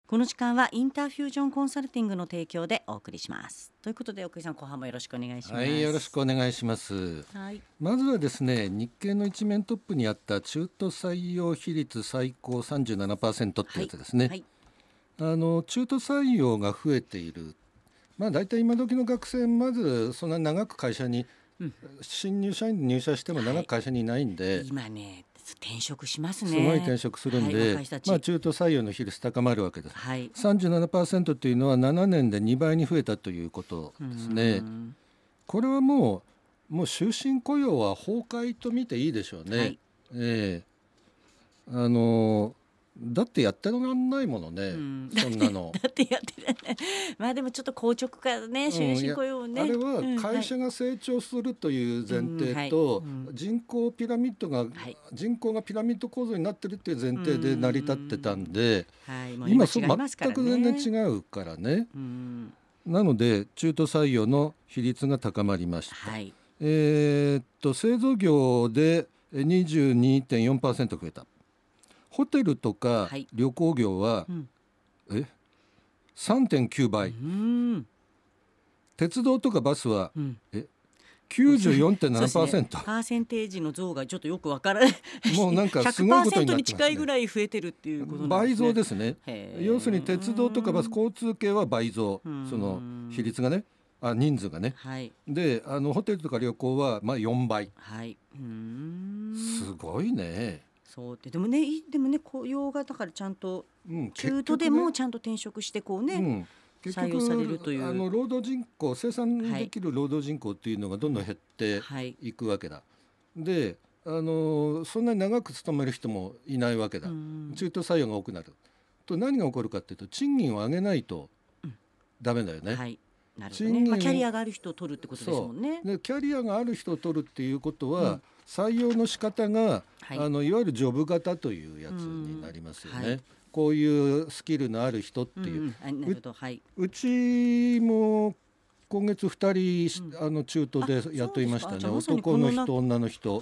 この時間はインターフュージョンコンサルティングの提供でお送りします。ということで奥井さん、後半もよろしくお願いします。 はい、よろしくお願いします。 はい、 まずはですね、日経の一面トップにあった中途採用比率最高 37% ってやつですね、 はい中途採用が増えている。だいたい今時の学生、まずそんな長く会社に、新入社員で入社しても長く会社にいないんで、 今ね転職しますね。 すごい転職するんで、 若い人たち中途採用の比率高まるわけです、 はい、 37% というのは7年で2倍に増えたということですね。これはもう終身雇用は崩壊と見ていいでしょうね、だってやってらんないものね、そんなのだってやってらんないでもちょっと硬直からね、終身雇用ね、 あれは会社が成長するという前提と、人口がピラミッド構造になってるっていう前提で成り立ってたんで、今全く全然違うからね。なので中途採用の比率が高まりました、製造業で 22.4% 増えた。ホテルとか旅行業は、3.9 倍、鉄道とかバスは、94.7%、 パーセンテージの増がちょっとよくわからないもうなんかすごいことになってますね。100% に近いぐらい増えてるっていうことなんですね。 倍増ですね。要するに鉄道とかバス、交通系は倍増、その比率がね、人数がね、でホテルとか旅行は4倍、すごいね。 そうでもね雇用がだからちゃんと、中途でもちゃんと転職して採用されるという、 労働人口、生産できる労働人口っていうのがどんどん減っていくわけだ、でそんなに長く勤める人もいないわけだ、中途採用が多くなると何が起こるかっていうと、賃金を上げないとダメだよね、 なるほどね。キャリアがある人を取るってことですもんね。 でキャリアがある人を取るっていうことは、採用の仕方が、いわゆるジョブ型というやつになりますよね、こういうスキルのある人っていう、うちも今月2人、中途で雇いましたね。男の人女の人、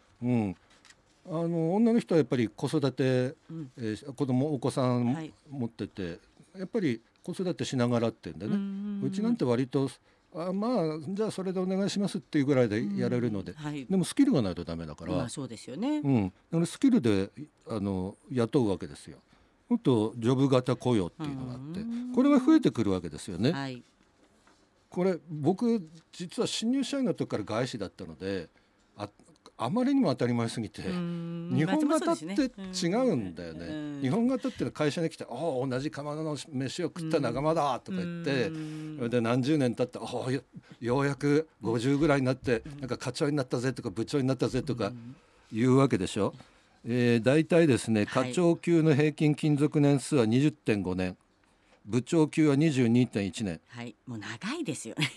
女の人はやっぱり子育て、お子さん持ってて、やっぱり子育てしながらってんでね、うちなんて割とじゃあそれでお願いしますっていうぐらいでやれるので、でもスキルがないとダメだから、 そうですよね、 だからスキルで雇うわけですよ。もっとジョブ型雇用っていうのがあって、これが増えてくるわけですよね、これ僕実は新入社員の時から外資だったので、あまりにも当たり前すぎて、日本型って違うんだよね、日本型ってのは会社に来て、同じ釜の飯を食った仲間だとか言って、で何十年経ってようやく50ぐらいになって、なんか課長になったぜとか部長になったぜとか言うわけでしょ。大体ですね、課長級の平均勤続年数は 20.5 年、部長級は 22.1 年、 もう長いですよね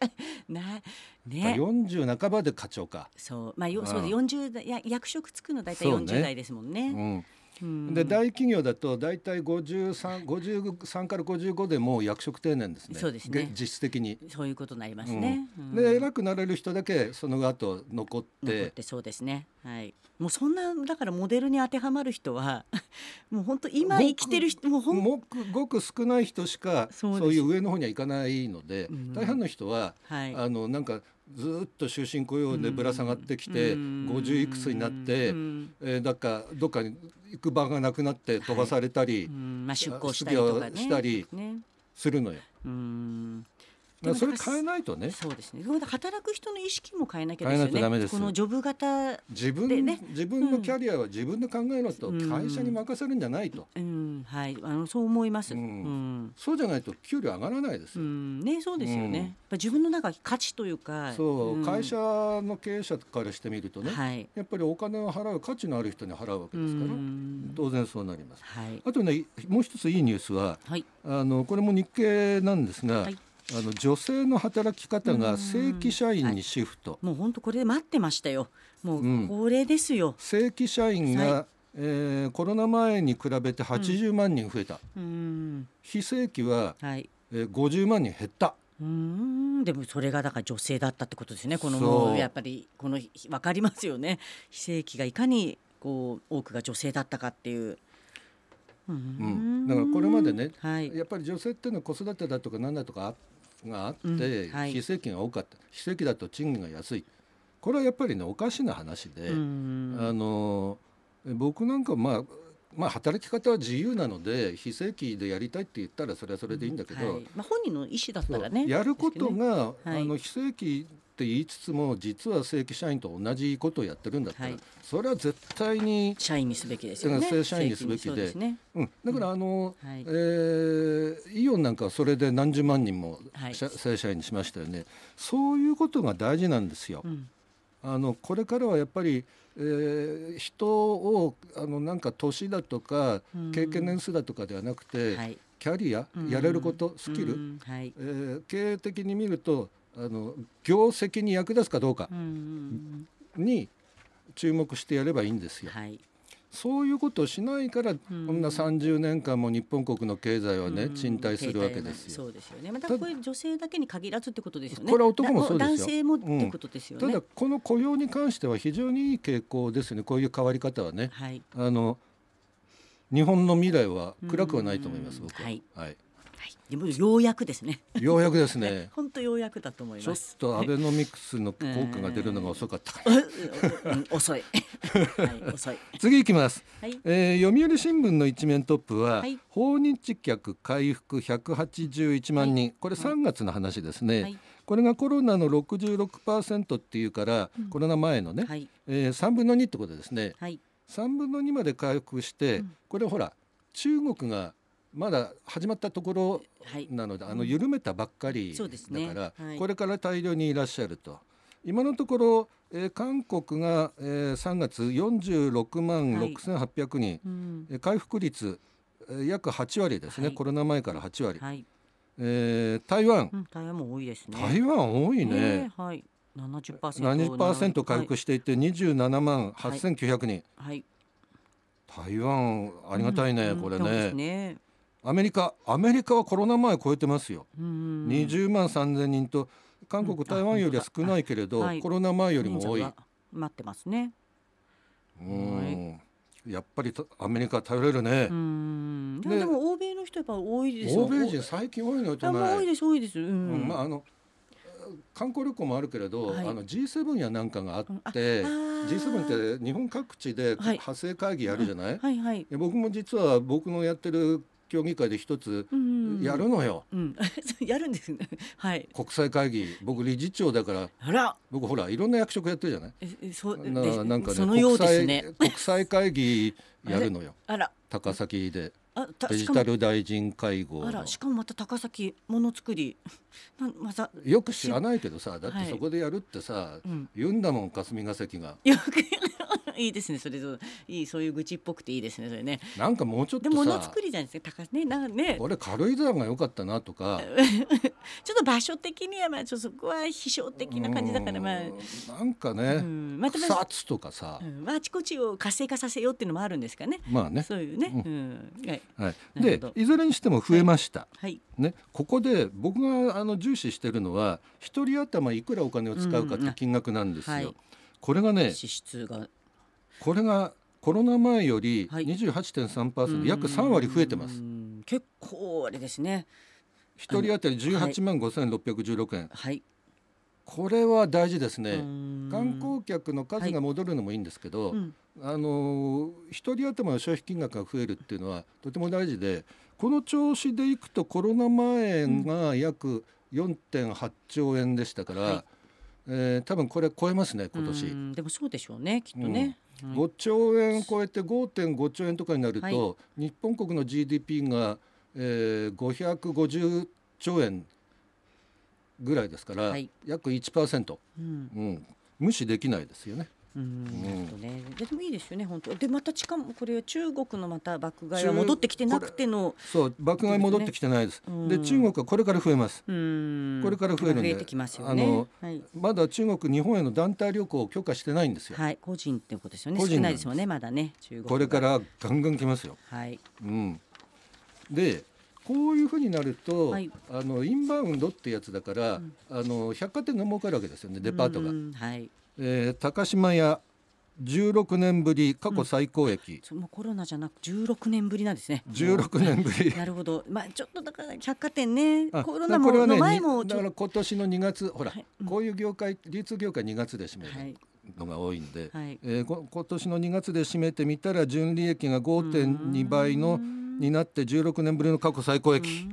40半ばで課長か。 そうで40代、役職つくの大体40代ですもんね。 で大企業だと大体53から55でもう役職定年ですね。 そうですね、 実質的にそういうことになりますね、 で偉くなれる人だけその後残ってそうですね、もうそんなだからモデルに当てはまる人はもう本当今生きてる人もごく少ない人しかそういう上の方には行かないので、大半の人は、なんかずっと終身雇用でぶら下がってきて、50いくつになって、どっかに行く場がなくなって飛ばされたり、 出向したりとかね、 したりするのよ。それ変えないとね。 そうですね。働く人の意識も変えなきゃですよね。 変えないとダメです。 このジョブ型で自分のキャリアは自分で考えろと、会社に任せるんじゃないと、 そう思います、 そうじゃないと給料上がらないですよ、 そうですよね、やっぱ自分の価値というか、 会社の経営者からしてみるとね、やっぱりお金を払う価値のある人に払うわけですから、当然そうなります、あとね、もう一ついいニュースは、これも日経なんですが、女性の働き方が正規社員にシフト、 もう本当これで待ってましたよ。もうこれですよ、 正規社員が、コロナ前に比べて80万人増えた、非正規は、50万人減った。 でもそれがだから女性だったってことですね。もうやっぱり分かりますよね。非正規がいかに多くが女性だったかっていう。 だからこれまでね、やっぱり女性っていうのは子育てだとか何だとかがあって、非正規が多かった。非正規だと賃金が安い。これはやっぱりねおかしな話で、僕なんかまあ働き方は自由なので非正規でやりたいって言ったらそれはそれでいいんだけど、 本人の意思だったらね、 やることが、非正規って言いつつも実は正規社員と同じことをやってるんだったら、それは絶対に社員にすべきですよね。 正社員にすべきで、だからイオンなんかはそれで何十万人も正社員にしましたよね。そういうことが大事なんですよ。これからはやっぱり人をなんか年だとか経験年数だとかではなくて、キャリア、やれること、スキル、経営的に見ると業績に役立つかどうかに注目してやればいいんですよ。そういうことをしないからこんな30年間も日本国の経済はね沈滞するわけですよ。 そうですよね。またこれ女性だけに限らずってことですよね。 これは男もそうですよ。 男性もってことですよね。 ただこの雇用に関しては非常にいい傾向ですね。こういう変わり方はね、日本の未来は暗くはないと思います。僕は。 でもようやくですね。 ようやくですね。 本当ようやくだと思います。 ちょっとアベノミクスの効果が出るのが遅かったかな。遅い。遅い。 次いきます。読売新聞の一面トップは、訪日客回復181万人。これ3月の話ですね。これがコロナの 66% っていうから、コロナ前のね、3分の2ってことですね。3分の2まで回復して、これほら中国がまだ始まったところなので、緩めたばっかりだから、これから大量にいらっしゃると。今のところ、韓国が、3月46万6800人、回復率、約8割ですね、コロナ前から8割、台湾も多いですね。 台湾多いね、 70% 回復していて27万8900人、台湾ありがたいね、これね。アメリカはコロナ前超えてますよ。20万3000人と韓国、台湾よりは少ないけれど、コロナ前よりも多い。 待ってますね。 やっぱりアメリカ頼れるね。 でも欧米の人やっぱ多いですよ。 欧米人最近多いのとない。 多いです多いです。 観光旅行もあるけれど、G7 やなんかがあって、G7 って日本各地で派生会議やるじゃない。僕も実は僕のやってる協議会で一つやるのよ。 やるんですね。 国際会議、僕理事長だから、僕ほらいろんな役職やってるじゃない。なんかね、国際会議やるのよ。高崎でデジタル大臣会合。 しかもまた高崎ものづくりよく知らないけどさ、だってそこでやるってさ、言うんだもん、霞が関が。 いいですね、それいい、そういう愚痴っぽくていいですね、それね。 なんかもうちょっとさ、 でものづくりじゃないですか、高ね。 俺軽井沢が良かったなとかちょっと場所的にはそこは秘書的な感じだから、 なんかね、草津とかさ、 あちこちを活性化させようっていうのもあるんですかね。そういうね。 でいずれにしても増えました。ここで僕が重視してるのは一人頭いくらお金を使うかって金額なんですよ。これがね、支出がこれがコロナ前より 28.3%、約3割増えてます。 結構あれですね。 一人当たり18万5616円。これは大事ですね。観光客の数が戻るのもいいんですけど、一人頭の消費金額が増えるっていうのはとても大事で、この調子でいくとコロナ前が約 4.8 兆円でしたから、多分これ超えますね、今年。 でもそうでしょうね、きっとね。 5兆円超えて 5.5 兆円とかになると、日本国の GDP が、550兆円ぐらいですから、約 1%、無視できないですよね。 でもいいですよね、本当で。またしかもこれは中国のまた爆買いは戻ってきてなくての、 そう爆買い戻ってきてないです。で中国はこれから増えます。これから増えるんで、まだ中国日本への団体旅行を許可してないんですよ。 個人ってことですよね。少ないですもんね、まだね、中国。 これからガンガン来ますよ。でこういうふうになると、インバウンドってやつだから、百貨店が儲かるわけですよね、デパートが。高島屋、 16年ぶり過去最高益、 もうコロナじゃなく16年ぶりなんですね。 16年ぶりなるほど、ちょっとだから百貨店ね、コロナもの前もだから今年の2月ほら、こういう業界流通業界2月で締めるのが多いんで、今年の2月で締めてみたら純利益が 5.2 倍になって16年ぶりの過去最高益。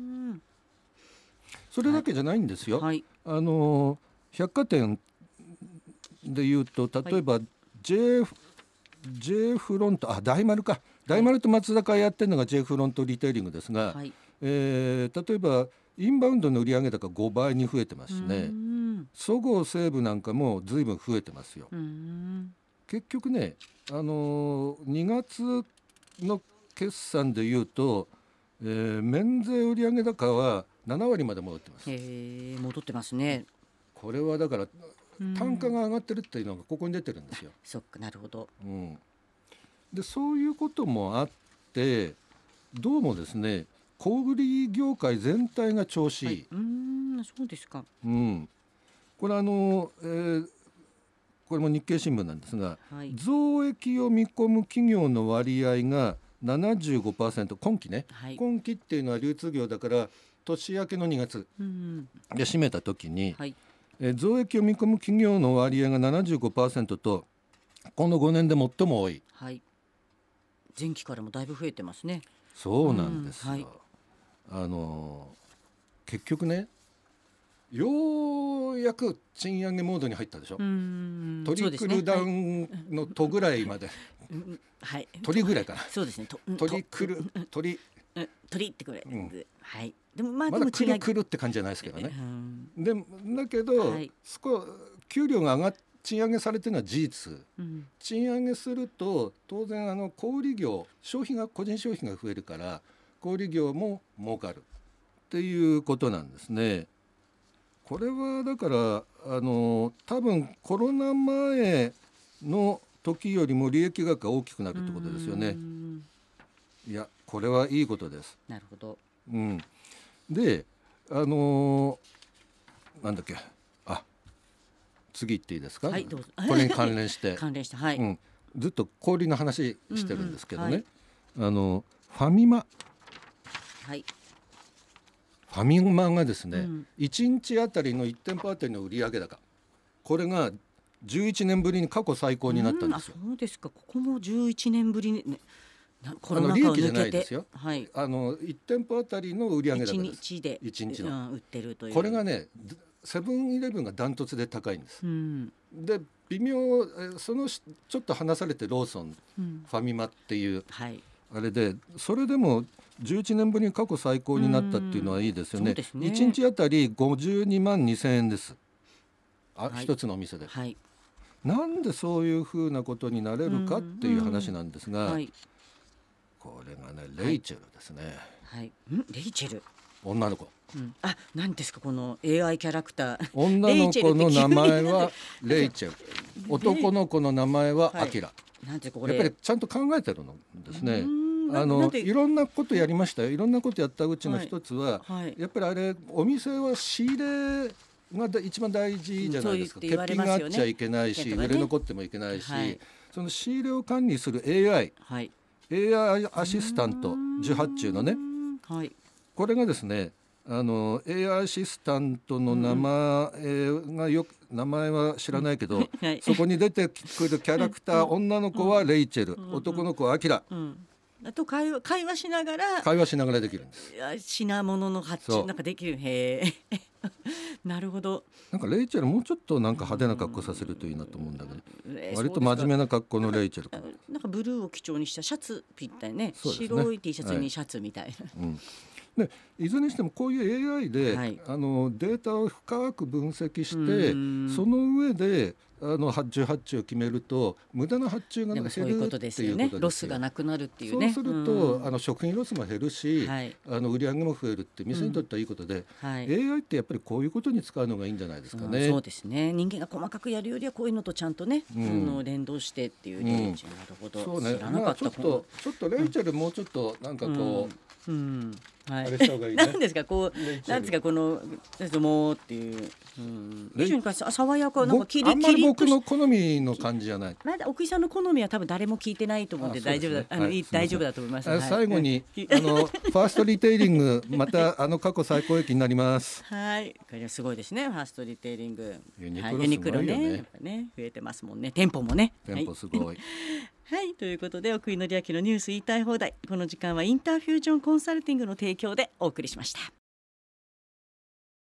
それだけじゃないんですよ、百貨店でいうと例えば J フロント大丸か、大丸と松坂屋やってるのが J フロントリテイリングですが、例えばインバウンドの売上高5倍に増えてますしね、そごう・西武なんかも随分増えてますよ。結局ね、2月の決算でいうと、免税売上高は7割まで戻ってます。 戻ってますね。 これはだから単価が上がってるっていうのがここに出てるんですよ。 そっか、なるほど、 でそういうこともあってどうもですね、小売業界全体が調子いい、 そうですか、 これこれも日経新聞なんですが、増益を見込む企業の割合が 75%、 今期ね、今期っていうのは流通業だから年明けの2月で締めた時に、増益を見込む企業の割合が 75% とこの5年で最も多い、 前期からもだいぶ増えてますね。 そうなんですよ、結局ね、ようやく賃上げモードに入ったでしょ。トリクルダウンのとぐらいまで、鳥ぐらいかな、 そうですね、 トリクル鳥ってくらい、 でもまだくるくるって感じじゃないですけどね、だけど、給料が賃上げされてるのは事実、賃上げすると当然小売業個人消費が増えるから小売業も儲かるっていうことなんですね。これはだから多分コロナ前の時よりも利益額が大きくなるってことですよね。いや、これはいいことです。 なるほど、 でなんだっけ、次言っていいですか。 どうぞ。 これに関連してずっと小売の話してるんですけどね、ファミマ、ファミマがですね、1日あたりの1店舗あたりの売上高、これが11年ぶりに過去最高になったんですよ。 そうですか、ここも11年ぶりに、 利益じゃないですよ、1店舗あたりの売上高です。1 日で売ってるという、 これがねセブンイレブンがダントツで高いんです、で微妙ちょっと離されてローソン、ファミマっていう、あれでそれでも11年ぶりに過去最高になったっていうのはいいですよね。1日あたり52万2000円です、一つのお店で、なんでそういうふうなことになれるかっていう話なんですが、これがねレイチェルですね。 レイチェル、 女の子、 何ですかこの AI キャラクター。 女の子の名前はレイチェル、男の子の名前はアキラ。やっぱりちゃんと考えてるのですね。いろんなことやりましたよ。いろんなことやったうちの一つは、やっぱりあれお店は仕入れが一番大事じゃないですか。欠品があっちゃいけないし、売れ残ってもいけないし、その仕入れを管理する AI アシスタント18中のね、これがですね、AI アシスタントの名前は知らないけど、そこに出てくるキャラクター、女の子はレイチェル、男の子はアキラ、 あと会話しながらできるんです。 品物の発注なんかできる。なるほど。 なんかレイチェルもうちょっとなんか派手な格好させるといいなと思うんだけど、割と真面目な格好のレイチェル、 なんかブルーを基調にしたシャツみたいね、白い T シャツにシャツみたいな、 でいずれにしてもこういう AI で、データを深く分析して、その上で発注を決めると無駄な発注が減るっていうことですよね。 ロスがなくなるっていうね。 そうすると、食品ロスも減るし、売り上げも増えるって店にとってはいいことで、AI ってやっぱりこういうことに使うのがいいんじゃないですかね。 そうですね。人間が細かくやるよりはこういうのとちゃんとね、連動してっていうレイチェル、なるほど。 そうね。ちょっとレイチェルもうちょっとなんかこう、 あれした方がいいね。 なんですかこうなんですかこのもうっていう。非常に爽やかなんかあんまり僕の好みの感じじゃない。 まだ奥井さんの好みは多分誰も聞いてないと思うんで大丈夫だ大丈夫だと思います。 最後にファーストリテイリングまた過去最高益になります。 はい。これすごいですね。ファーストリテイリング。 ユニクロね。 やっぱね増えてますもんね。店舗もね。 店舗すごい。 はい、ということで奥井紀明のニュース言いたい放題、この時間はインターフュージョンコンサルティングの提供でお送りしました。